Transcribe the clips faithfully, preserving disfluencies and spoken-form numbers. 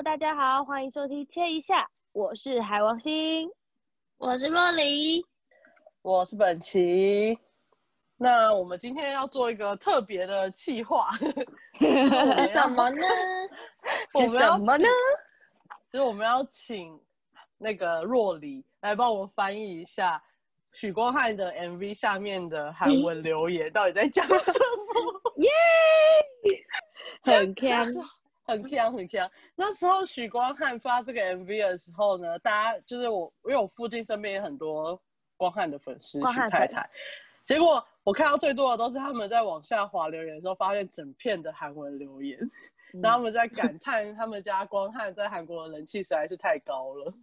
大家好，欢迎收听切一下，我是海王星， 我是若梨， 我是本琪。那我们今天要做一个特别的企划， 是什么呢？ 是什么呢？ 就是我们要请那个若梨来帮我们翻译一下许光汉的 M V 下面的韩文留言到底在讲什么。 耶很强很强很强。那时候许光汉发这个 M V 的时候呢，大家就是我，因为我附近身边有很多光汉的粉丝，许太太，结果我看到最多的都是他们在往下滑留言的时候，发现整片的韩文留言，嗯、然后他们在感叹他们家光汉在韩国的人气实在是太高了。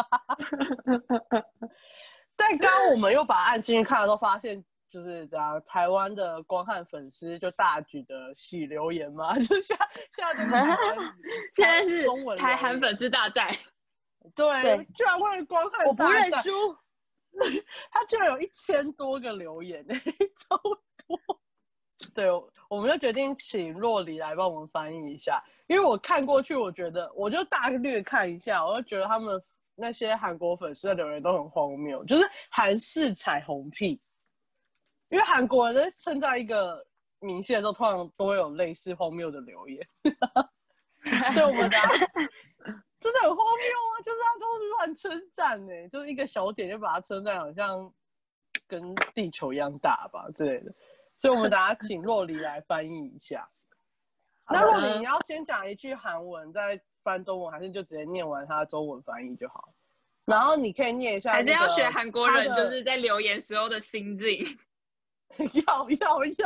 但刚刚我们又把按进去看的时候，发现就是这样，台湾的光汉粉丝就大举的洗留言嘛，就现现在都是台湾现在是台韩粉丝大战， 对，对居然会光汉大战， 我不认输。 他居然有一千多个留言，超多。对，我们就决定请若梨来帮我们翻译一下，因为我看过去，我觉得我就大略看一下，我就觉得他们那些韩国粉丝的留言都很荒谬，就是韩式彩虹屁。因为韩国人在称赞一个明星的时候，通常都会有类似荒谬的留言，所以我们大家真的很荒谬啊！就是他都乱称赞呢，就是一个小点就把它称赞好像跟地球一样大吧之类的，所以我们大家请若梨来翻译一下。那若梨，你要先讲一句韩文，再翻中文，还是就直接念完他的中文翻译就好？然后你可以念一下、那個， 还是要学韩国人就是在留言时候的心境。 要要要！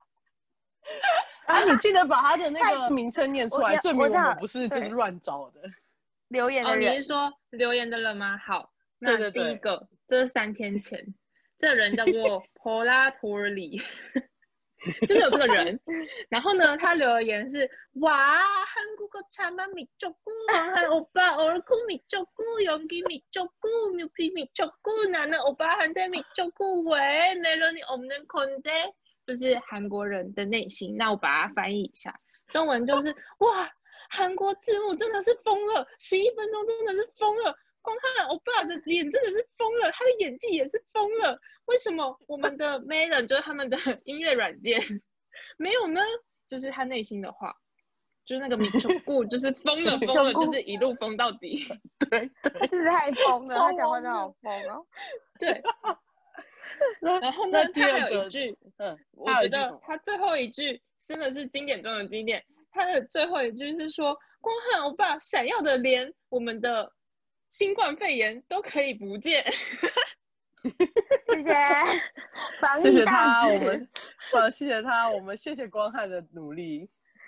啊，你记得把他的那个名称念出来，证明我们不是就是乱找的留言的人。 哦，你是说留言的人吗？好，那第一个，这是三天前，这人叫做 Pola Torli， 真的有这个人。然后呢，他留言是哇，韩国个차만 미쳤고，한오빠 얼굴 미쳤고，연기 미쳤고，뮤비 미쳤고，나는 오빠한테 미쳤고，왜 멜론이 없는 건데？就是韩国人的内心。那我把它翻译一下，中文就是哇，韩国字幕真的是疯了，十一分钟真的是疯了。光汉欧巴的脸真的是疯了，他的演技也是疯了。为什么我们的 Melon 就是他们的音乐软件没有呢？就是他内心的话，就是那个米秋顾，就是疯了疯了，就是一路疯到底。 对对， 真是太疯了，他讲话真的好疯哦。 对。然后呢，他还有一句，嗯，我觉得他最后一句真的是经典中的经典。他的最后一句是说：“光汉欧巴闪耀的连我们的新冠肺炎都可以不见。” 谢谢，防疫大使， 谢谢他，我们，呃，谢谢他，我们谢谢光汉的努力。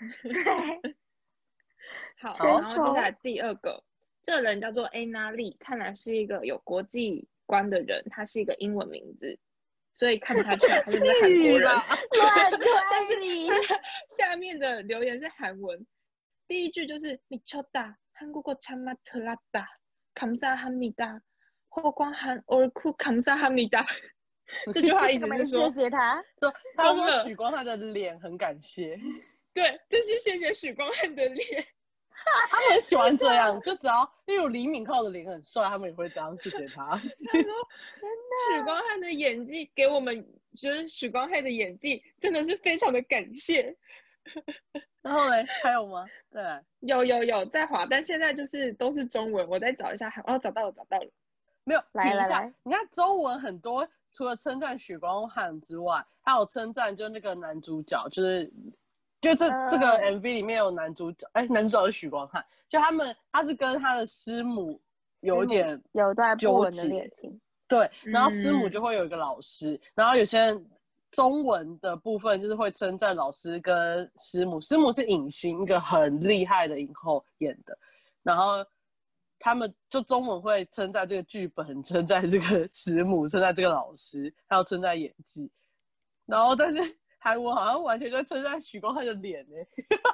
好，然后接下来第二个，这人叫做 Anna Lee， 看来是一个有国际观的人，他是一个英文名字，所以看不太出来他是不是韩国人。但是下面的留言是韩文，第一句就是미쳤다 한국어 참 틀렸다 감사합니다 허광한 얼굴 감사합니다。这句话意思是说， 谢谢他， 他说许光汉的脸很感谢。 对，就是谢谢许光汉的脸。 他们很喜欢这样，就只要例如李敏镐的脸很帅，他们也会这样谢谢他。 他说许光汉的演技给我们，就是许光汉的演技真的是非常的感谢。 然后嘞，还有吗？对， 有有有在滑，但现在就是都是中文，我再找一下。哦，找到了，找到了。 没有， 来来来， 你看中文很多，除了称赞许光汉之外，还有称赞就那个男主角，就是。就这、uh, 这个 M V 里面有男主角，哎，男主角是许光汉，就他们他是跟他的师母有点有段不稳的恋情， 对，然后师母就会有一个老师，嗯、然后有些人中文的部分就是会称赞老师跟师母，师母是影星，一个很厉害的影后演的，然后他们就中文会称赞这个剧本，称赞这个师母，称赞这个老师，还有称赞演技，然后但是。韩文好像完全在称赞许光汉的脸呢、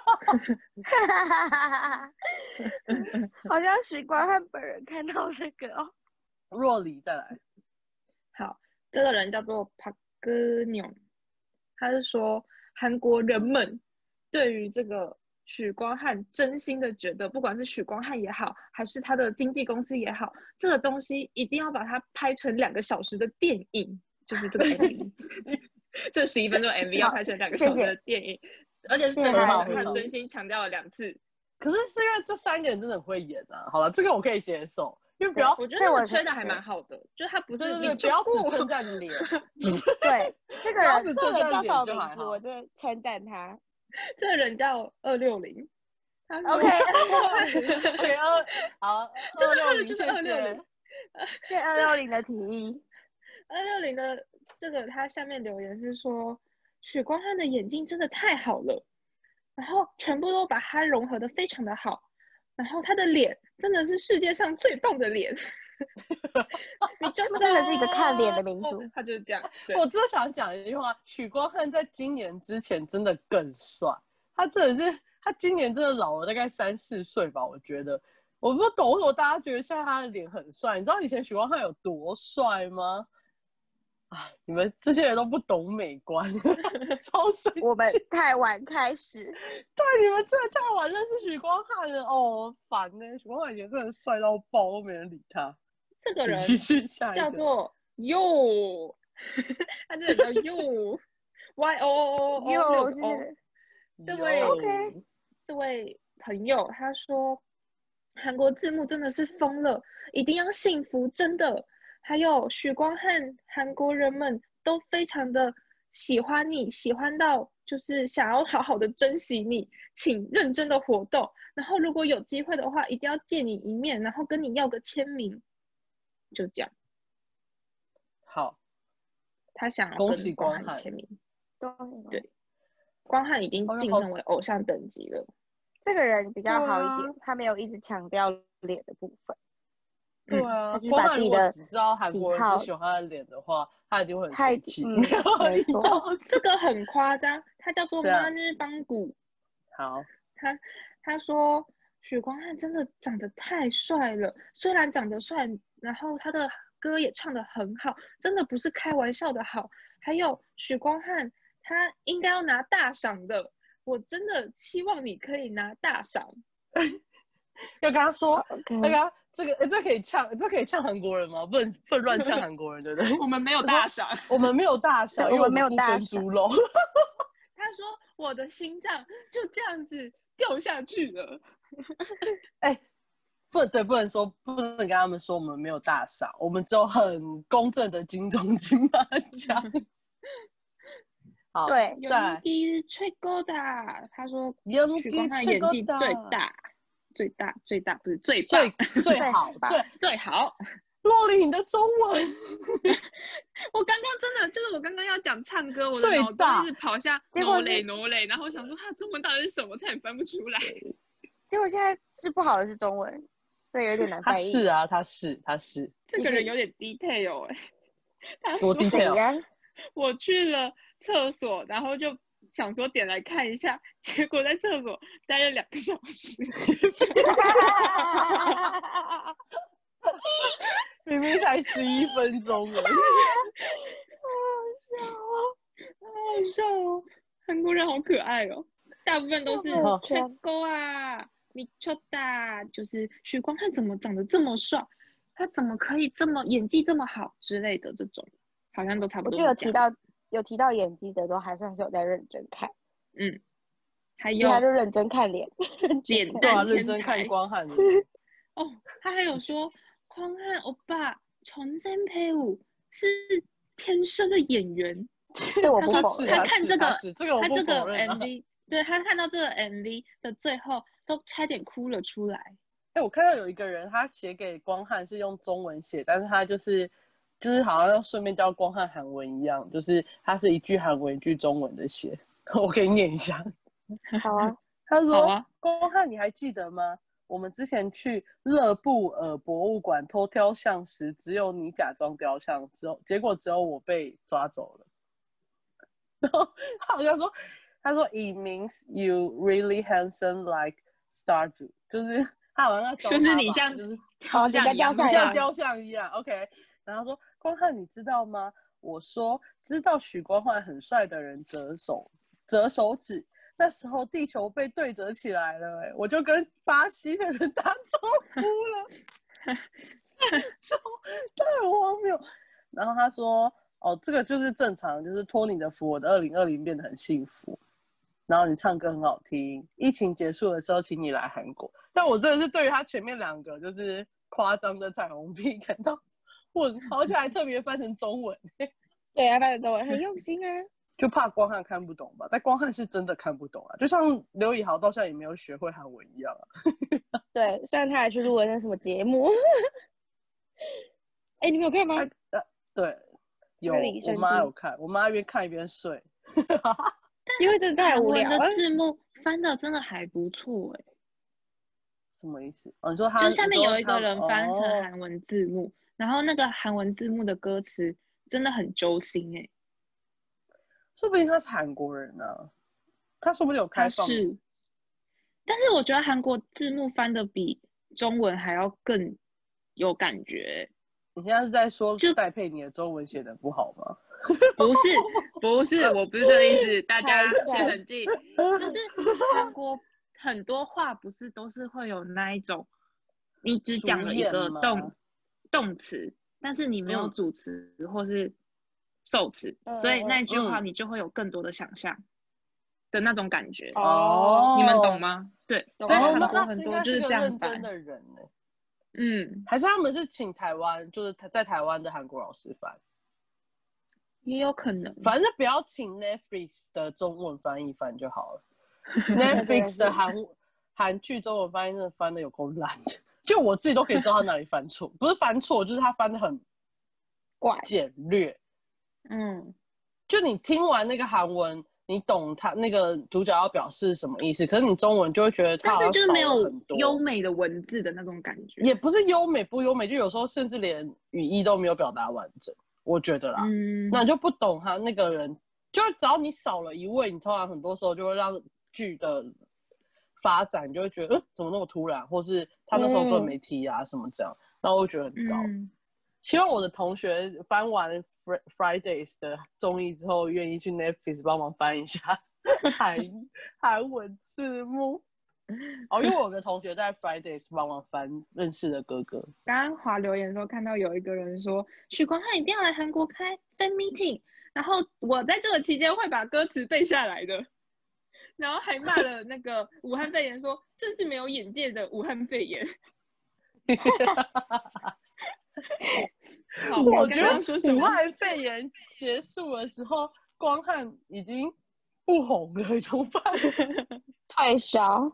欸，好像许光汉本人看到这个哦。 若梨再来， 好，这个人叫做帕哥纽，他是说韩国人们对于这个许光汉真心的觉得，不管是许光汉也好，还是他的经纪公司也好，这个东西一定要把它拍成两个小时的电影，就是这个 M V， 这十一分钟 M V 要拍成两个小时的电影，谢谢而且是真的，他真心强调了两次。 可是是因为这三个人真的很会演啊。好了，这个我可以接受，因为不要， 我觉得那个吹的还蛮好的，就是他不是对对对，不要只称赞脸。 对，这个人这个人叫什么名字？ 就还好我就称赞他。 这个人叫二六零。 OK OK 二好，二六零，谢谢， 谢谢二六零的提议。 二六零的这个他下面留言是说，许光汉的眼睛真的太好了，然后全部都把它融合的非常的好，然后他的脸真的是世界上最棒的脸。你就是真的是一个看脸的民族， 他就是这样。 我真的想讲一句话，许光汉在今年之前真的更帅，他真的是。他今年真的老了大概三四岁吧，我觉得。我不懂为什么大家觉得现在他的脸很帅，你知道以前许光汉有多帅吗？啊，你们这些人都不懂美观，超生气。 我们太晚开始， 对，你们真的太晚认识许光汉了哦，烦呢、欸。许光汉以前真的帅到爆，都没人理他。 这个人叫做 Yo， 他这个叫 Yo，Y O O O O 是这位 OK。 这位朋友他说，韩国字幕真的是疯了，一定要幸福，真的。还有许光汉，韩国人们都非常的喜欢你，喜欢到就是想要好好的珍惜你，请认真的活动。然后如果有机会的话，一定要见你一面，然后跟你要个签名，就这样。 好， 他想要跟光汉签名，对。光汉已经晋升为偶像等级了， 这个人比较好一点，他没有一直强调脸的部分。 对啊，光汉如果只知道韩国人只喜欢他的脸的话，他一定会很生气。 没错， 这个很夸张，他叫做马日邦古。 好， 他他说许光汉真的长得太帅了，虽然长得帅，然后他的歌也唱得很好，真的不是开玩笑的好。还有许光汉。他应该要拿大赏的，我真的希望你可以拿大赏。 要跟他说，那个、okay. 这个、欸、这可以呛，这可以呛韩国人吗？不能不能乱呛韩国人，对不对？ 我们没有大赏， 我们没有大赏，因为我们没有大猪肉。 他说我的心脏就这样子掉下去了。 哎、欸，不对，不能说，不能跟他们说我们没有大赏，我们只有很公正的金钟金马奖。 对， 연기 최고다。他说许光汉演技最大，最大，最大不是最最最好，最最好。 洛琳，你的中文， 我刚刚真的就是我刚刚要讲唱歌，我的脑中一直跑下挪雷挪雷，然后我想说他中文到底是什么，差点翻不出来。 结果现在是不好的是中文，所以有点难翻译。 他是啊，他是他是， 这个人有点 detail 哎、欸， 多 detail。 我去了厕所，然后就想说点来看一下，结果在厕所待了两个小时。 明明才十一分钟而已。 好好笑哦， 好好笑哦！韩国人好可爱哦，大部分都是吹勾啊、米丘达，就是许光汉怎么长得这么帅，他怎么可以这么演技这么好之类的这种。好像都差不多。 我就有提到有提到演技的都还算是有在认真看， 嗯，还有他就认真看脸， 脸蛋认真看光汉的。 哦，他还有说光汉欧巴全身配舞是天生的演员。 这我不否认。 他看这个， 这个我不否认、 啊、他这个 M V， 对他看到这个 M V 的最后都差点哭了出来。 哎、欸，我看到有一个人他写给光汉是用中文写，但是他就是。就是好像要顺便教光汉韩文一样，就是他是一句韩文一句中文的写，我给你念一下。 好啊， 他说：“啊、光汉，你还记得吗？我们之前去勒布尔博物馆偷雕像时，只有你假装雕像，只有结果只有我被抓走了。”然后他好像说：“他说 It means you really handsome like statue， 就是他好像在就是你像就是雕像一样， 像雕像一样。OK。”然后他说：“光汉，你知道吗？我说知道许光汉很帅的人折手折手指， 那时候地球被对折起来了、欸，我就跟巴西的人打招呼了，超太荒谬。然后他说：“哦，这个就是正常，就是托你的福，我的二零二零变得很幸福。然后你唱歌很好听，疫情结束的时候，请你来韩国。”但我真的是对于他前面两个就是夸张的彩虹屁感到问号，而且还特别翻成中文。 对啊，翻成中文很用心啊。 就怕光汉看不懂吧，但光汉是真的看不懂啊，就像刘以豪到现在也没有学会韩文一样啊。 对，虽然他还去录了那什么节目，哎、欸，你没有看吗？ 呃，对，有，我妈有看，我妈一边看一边睡， 因为真的太无聊了。 的字幕翻的真的还不错哎、欸。 什么意思？哦，你说他就下面有一个人翻成哦韩文字幕，然后那个韩文字幕的歌词真的很揪心哎、欸。 说不定他是韩国人呢、啊，他说不定有开放。 是，但是我觉得韩国字幕翻的比中文还要更有感觉。 你现在是在说就戴佩妮的中文写的不好吗？ 不是，不是，我不是这个意思，大家先冷静。就是韩国很多话不是都是会有那一种，你只讲了一个动动词，但是你没有主词或是受词，嗯、所以那句话你就会有更多的想象的那种感觉。 哦， 你们懂吗？对，所以韩国很多就是这样认真的人呢、欸。 嗯， 还是他们是请台湾，就是在台湾的韩国老师翻， 也有可能。 反正不要请 Netflix 的中文翻译翻就好了。Netflix 的韩韩剧中文翻译真的翻的有够烂的，就我自己都可以知道他哪里翻错，不是翻错，就是他翻的很怪简略。 嗯， 就你听完那个韩文，你懂他那个主角要表示什么意思，可是你中文就会觉得他好像少了很多，但是就是没有优美的文字的那种感觉， 也不是优美不优美，就有时候甚至连语义都没有表达完整，我觉得啦。嗯，那你就不懂他那个人，就是只要你少了一位，你通常很多时候就会让剧的发展，你就会觉得呃怎么那么突然，或是他那时候根本没提啊、嗯、什么这样，然后我会觉得很糟。嗯，希望我的同学翻完 Fridays 的综艺之后，愿意去 Netflix 帮忙翻一下韩韩文字幕。哦，因为我有个同学在 Fridays 帮忙翻认识的哥哥。 刚刚滑留言的时候看到有一个人说，许光汉一定要来韩国开 fan meeting， 然后我在这个期间会把歌词背下来的，然后还骂了那个武汉肺炎说，真是没有眼界的武汉肺炎。 好，我觉得武汉肺炎结束的时候，光汉已经不红了，怎么办？ 太小，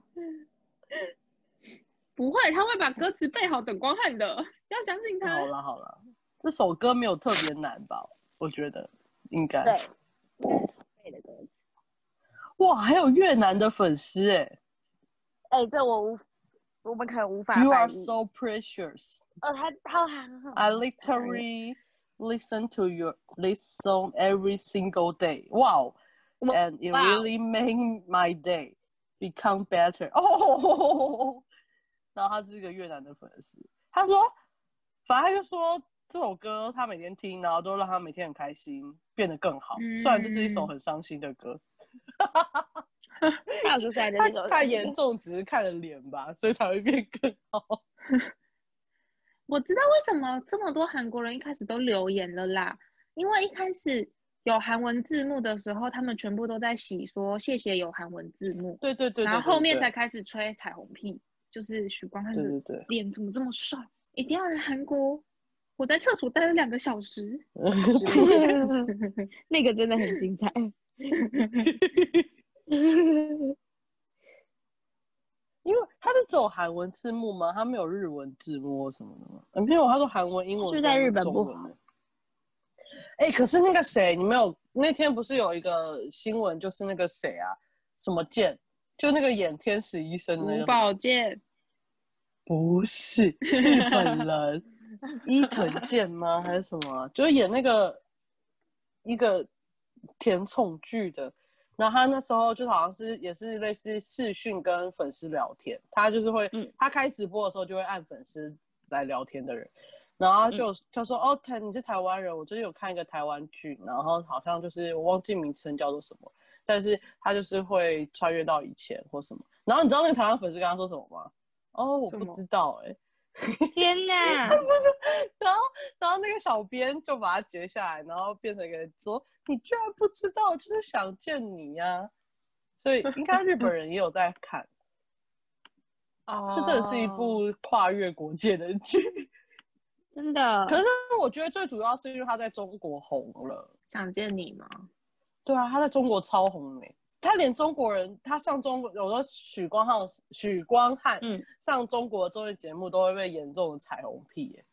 不会，他会把歌词背好等光汉的，要相信他。 好了好了，这首歌没有特别难吧？我觉得应该。 对，背的歌词。 哇，还有越南的粉丝哎、欸！ 哎、欸，这我无。我们可能无法。 You are so precious. 哦，他他很好。 I literally listen to your this song every single day. Wow, and it really made my day become better. 哦，然后他是一个越南的粉丝，他说，反正他就说这首歌他每天听，然后都让他每天很开心，变得更好。嗯、虽然这是一首很伤心的歌。 他有出来的那种太严重，只是看了脸吧，所以才会变更好。 我知道为什么这么多韩国人一开始都留言了啦，因为一开始有韩文字幕的时候，他们全部都在洗说谢谢有韩文字幕， 对对 对, 對， 然后后面才开始吹彩虹屁，就是许光汉的脸怎么这么帅，對對對，一定要来韩国。我在厕所待了两个小时， 那个真的很精彩。 因为他是只有韩文字幕吗？他没有日文字幕或什么的吗？没有，他说韩文、英文、 是在日本不好。 哎、欸，可是那个谁，你没有那天不是有一个新闻，就是那个谁啊，什么健，就那个演天使医生的那个吴宝健， 不是日本人伊藤健吗？还是什么？就是演那个一个甜宠剧的。然后他那时候就好像是也是类似视讯跟粉丝聊天，他就是会、嗯、他开直播的时候就会按粉丝来聊天的人，然后就、嗯、他说哦，你是台湾人，我最近有看一个台湾剧，然后好像就是我忘记名称叫做什么， 但是他就是会穿越到以前或什么。然后你知道那个台湾粉丝跟他说什么吗？哦，我不知道哎、 欸。天哪！ 不是，然后然后那个小编就把它截下来，然后变成一个说你居然不知道，就是想见你呀、啊。所以应该日本人也有在看。 哦， 这真的是一部跨越国界的剧， 真的。 可是我觉得最主要是因为他在中国红了。 想见你吗？ 对啊，他在中国超红诶，他连中国人，他上中国，有时候许光汉、许光汉嗯上中国的综艺节目都会被严重的彩虹屁耶。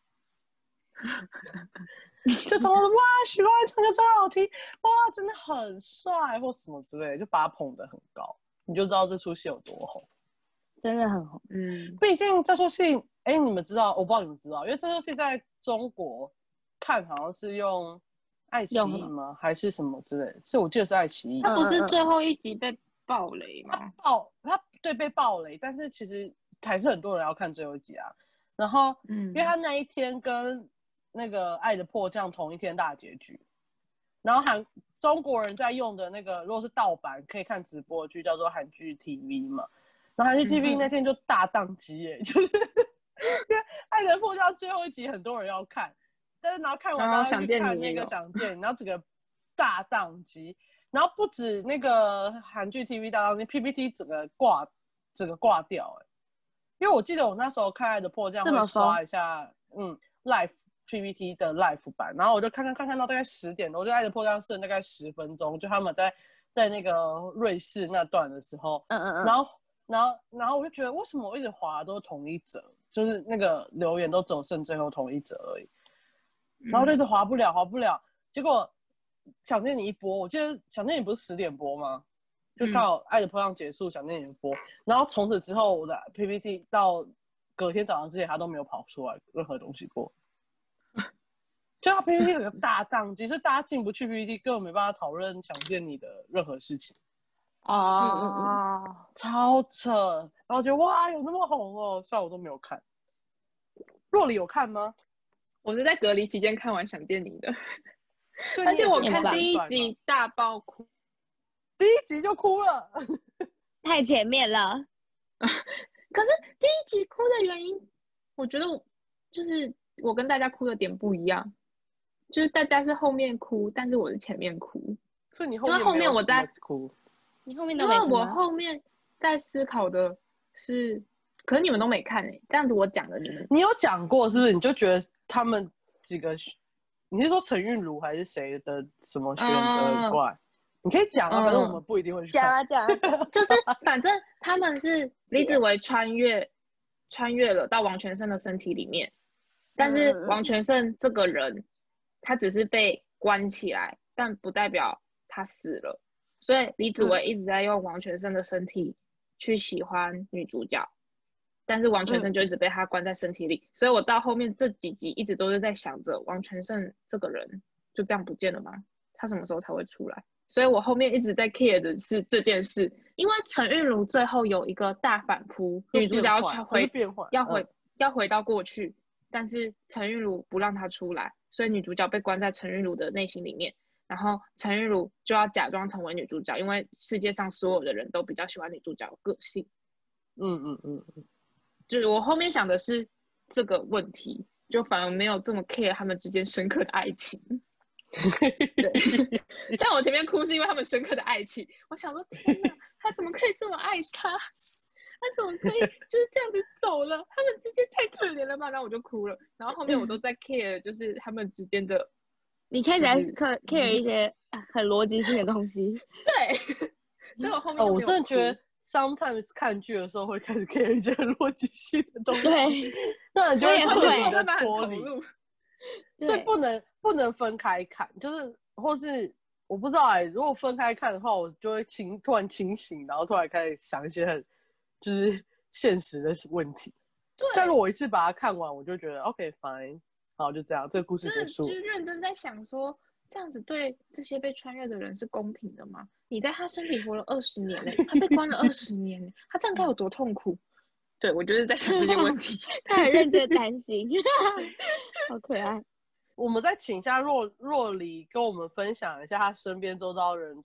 就中国说哇，许光汉唱歌真好听，哇，真的很帅，或什么之类的，就把他捧得很高，你就知道这出戏有多红。 真的很红。 嗯， 毕竟这出戏，哎，你们知道，我不知道你们知道，因为这出戏在中国看好像是用爱奇艺吗？还是什么之类的？是我记得是爱奇艺。 他不是最后一集被爆雷吗？ 他爆，他对被爆雷，但是其实还是很多人要看最后一集啊。然后，嗯，因为他那一天跟那个《爱的迫降》同一天大结局，然后韩中国人在用的那个，如果是盗版可以看直播的剧，叫做韩剧 T V 嘛。然后韩剧 T V 那天就大宕机耶，嗯、就是因为《爱的迫降》最后一集很多人要看，但是然后看完然后去看那个想见你，然后整个大宕机，然后不止那个韩剧 T V 大宕机 ，P P T 整个挂整个挂掉哎，因为我记得我那时候看《爱的迫降》会刷一下嗯 Live P P T 的 Live 版，然后我就看看看看到大概十点，我就《爱的迫降》剩大概十分钟，就他们在在那个瑞士那段的时候，嗯嗯嗯，然后。然后，然后我就觉得，为什么我一直滑都是同一则，就是那个留言都只有剩最后同一则而已，然后就一直滑不了，滑不了。结果想见你一播，我记得想见你不是十点播吗？就刚好《爱的迫降》结束，想见你播，然后从此之后，我的 P P T 到隔天早上之前，它都没有跑出来任何东西过。就它 P P T 有个大宕机，所以大家进不去 P P T， 根本没办法讨论想见你的任何事情。 哦、 嗯嗯嗯，超扯！然后觉得哇，有那么红哦，虽然我都没有看。若里有看吗？ 我是在隔离期间看完《想见你》的，而且我看第一集大爆哭， 第一集就哭了， 太前面了。 可是第一集哭的原因，我觉得我就是我跟大家哭的点不一样，就是大家是后面哭，但是我是前面哭， 所以你后面因为后面我在哭。 你后面都没哭，因为我后面在思考的是，可是你们都没看哎、欸，这样子我讲的你们， 你有讲过是不是？你就觉得他们几个，你是说陈韵如还是谁的什么选择很怪？嗯、你可以讲啊，嗯、反正我们不一定会去讲啊讲啊， 就是反正他们是李子维穿越穿越了到王全胜的身体里面，但是王全胜这个人，他只是被关起来，但不代表他死了。所以李子维一直在用王全胜的身体去喜欢女主角，但是王全胜就一直被他关在身体里。嗯、所以我到后面这几集一直都是在想着，王全胜这个人就这样不见了吗？他什么时候才会出来？所以我后面一直在 care 的是这件事，因为陈韵如最后有一个大反扑，女主角要回要回、嗯、要回到过去，但是陈韵如不让她出来，所以女主角被关在陈韵如的内心里面。然后陈韵如就要假装成为女主角，因为世界上所有的人都比较喜欢女主角的个性。 嗯嗯嗯嗯， 就是我后面想的是这个问题，就反而没有这么 care 他们之间深刻的爱情。对，但我前面哭是因为他们深刻的爱情。我想说，天哪，他怎么可以这么爱他？他怎么可以就是这样子走了？他们之间太可怜了吧？然后我就哭了。然后后面我都在 care 就是他们之间的。 你开始还是 care 一些很逻辑性的东西， 对，所以我后面、哦、 我真的觉得 sometimes 看剧的时候会开始 care 一些很逻辑性的东西， 对， 那你就会彻底的脱离，所以不能不能分开看，就是或是我不知道哎、欸，如果分开看的话，我就会清突然清醒，然后突然开始想一些很就是现实的问题。 对， 但如果我一次把它看完，我就觉得 OK fine。好，就这样，这个故事结束。 就是认真在想说，这样子对这些被穿越的人是公平的吗？你在他身体活了二十年嘞、欸，他被关了二十年嘞、欸，他这样该有多痛苦？对，我就是在想这些问题。 他很认真担心，好可爱。 我们再请一下若若里跟我们分享一下他身边周遭人对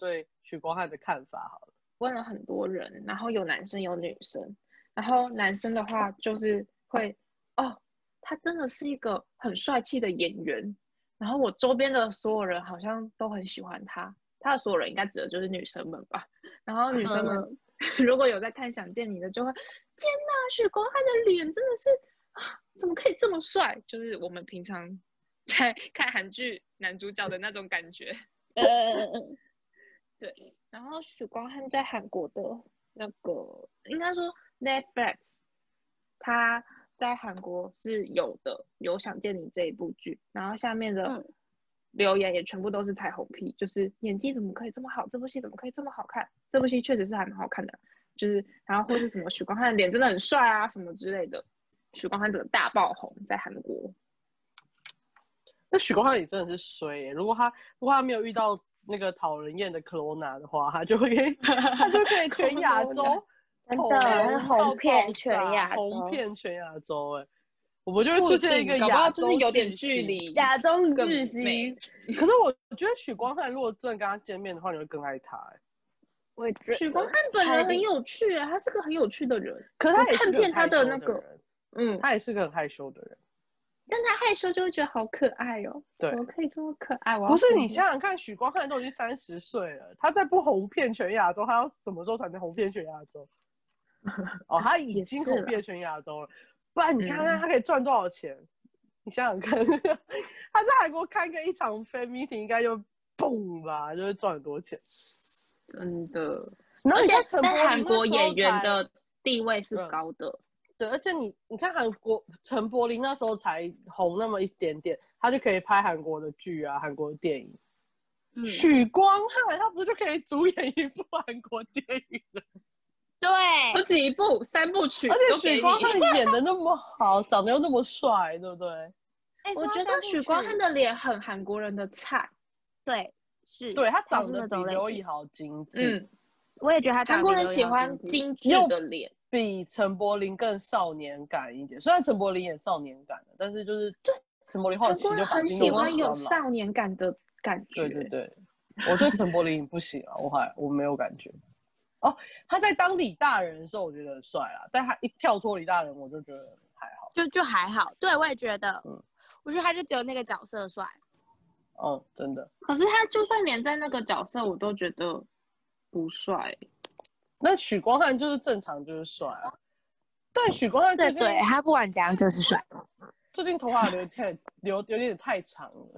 许光汉的看法好了。 问了很多人，然后有男生有女生，然后男生的话就是会哦，他真的是一个很帅气的演员，然后我周边的所有人好像都很喜欢他，他的所有人应该指的就是女生们吧。然后女生们、嗯、如果有在看《想见你》的，就会天哪，许光汉的脸真的是啊，怎么可以这么帅？就是我们平常在看韩剧男主角的那种感觉。呃，对。然后许光汉在韩国的那个，应该说 Netflix， 他在韩国是有的，有《想见你》这一部剧。然后下面的留言也全部都是彩虹屁，就是演技怎么可以这么好，这部戏怎么可以这么好看？这部戏确实是还蛮好看的，就是然后或是什么许光汉的脸真的很帅啊什么之类的。许光汉整个大爆红在韩国。 那许光汉也真的是衰耶，如果他如果他没有遇到那个讨人厌的 Corona 的话，他就会他就可以全亚洲真的红遍全亚洲， 红遍全亚洲哎，我们就会出现一个亚洲就是有点距离， 亚洲巨星。 可是我觉得许光汉如果真的跟他见面的话，你会更爱他哎。 我也觉得许光汉本人很有趣，他是个很有趣的人。 可是他也是看遍他的那个， 嗯，他也是个很害羞的人。 但他害羞就会觉得好可爱哦。 对， 我可以这么可爱。我不是你想想看，许光汉都已经三十岁了，他再不红遍全亚洲，他要什么时候才能红遍全亚洲？哦，他已经红遍全亚洲了，不然你看看他可以赚多少钱？嗯、你想想看，他在韩国开个一场 fan meeting 应该就蹦吧，就会赚很多钱。 真的， 然后你看陈柏霖，韩国演员的地位是高的。嗯对，而且你你看韩国陈柏霖那时候才红那么一点点，他就可以拍韩国的剧啊，韩国的电影。嗯、许光汉他不就可以主演一部韩国电影了？ 对， 有几部三部曲， 而且许光汉演的那么好，长得又那么帅，对不对？ 欸、我觉得许光汉的脸很韩国人的菜。 对，是， 对他长得比刘以豪精致。 嗯，我也觉得他韩国人喜欢精致的脸。 比陈柏霖更少年感一点，虽然陈柏霖也少年感的，但是就是对陈柏霖后期就把很喜欢有少年感的感觉。 对对对，我对陈柏霖不行啊，我还我没有感觉。哦，他在当李大人的时候我觉得很帅啦，但他一跳脱李大人，我就觉得还好， 就就还好。对，我也觉得，嗯，我觉得他就只有那个角色帅。 哦，真的。 可是他就算连在那个角色，我都觉得不帅。 那许光汉就是正常就是帅啊，但许光汉对对，他不管怎样就是帅。 最近头发留太留有点太长了，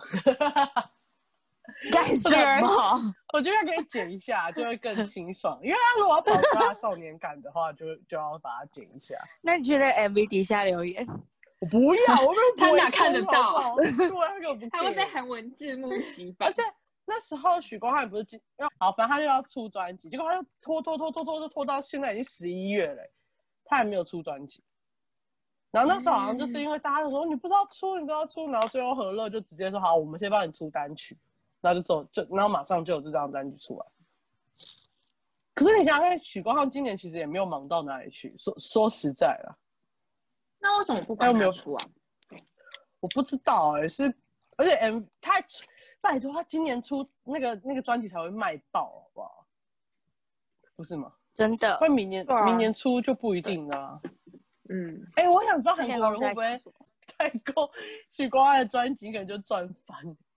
干什么？ 我觉得可以剪一下，就会更清爽。因为他如果要保持他少年感的话，就就要把它剪一下。 那你去那 M V 底下留言， 我不要，我没有他哪看得到？ 对，他根本不， 他会被韩文字幕洗版。 而且那时候许光汉不是好，反正他就要出专辑，结果他就拖拖拖拖拖拖拖到现在已经十一月了，他还没有出专辑。然后那时候好像就是因为大家都说、嗯、你不知道出，你不知道出，然后最后和乐就直接说好，我们先帮你出单曲，然后就走就，然后马上就有这张单曲出来。可是你想想看，许光汉今年其实也没有忙到哪里去，说说实在啦。 那为什么不帮他出啊？ 我不知道哎、欸，是而且 M 他拜托他今年出那个那个专辑才会卖爆，好不好？不是吗？ 真的， 会明年、啊、明年出就不一定了、啊。嗯，哎、欸，我想知道韩国人会不会代购许光汉的专辑，可能就赚翻。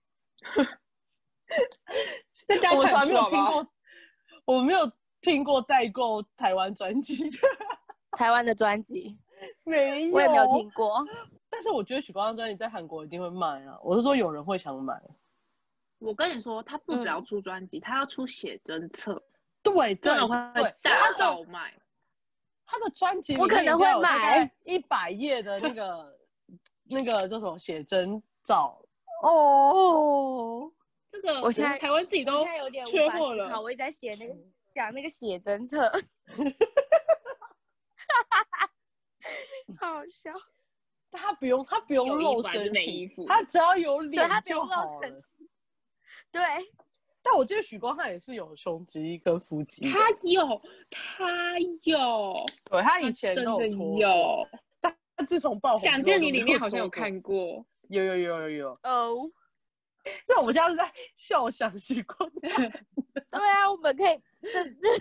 我们从来没有听过，我没有听过代购台湾专辑的。 台湾的专辑没有， 我也没有听过。 但是我觉得许光汉专辑在韩国一定会卖啊！我是说有人会想买。 我跟你说，他不只要出专辑，嗯、他要出写真册， 对， 真的会大倒卖。 他的专辑我可能会买一百页的那个那个叫什么写真照哦。 这个我现在台湾自己都缺货了。 好，我一直在写那个想那个写真册，好好笑。 他不用，他不用露身体，他只要有脸就好了。 对， 但我记得许光汉也是有胸肌跟腹肌， 他有，他有， 对他以前都有脱， 有。 但他自从爆红， 想见你里面好像有看过， 有有有有有哦。 那我们现在是在笑想许光汉。 对啊，我们可以真的。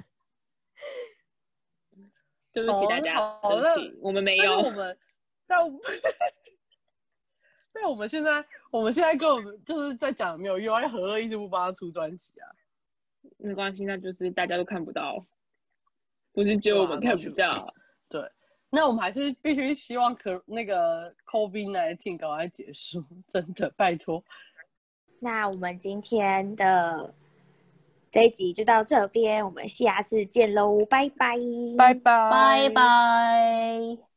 对不起大家，对不起，我们没有。 但是我们，但我们但我们现在，我们现在跟我们就是在讲没有用，因为何乐一直不帮他出专辑啊。 没关系，那就是大家都看不到，不是只有我们看不到。 对，那我们还是必须希望可那个 COVID 十九 赶快结束，真的拜托。 那我们今天的这一集就到这边，我们下次见喽，拜拜， 拜拜， 拜拜。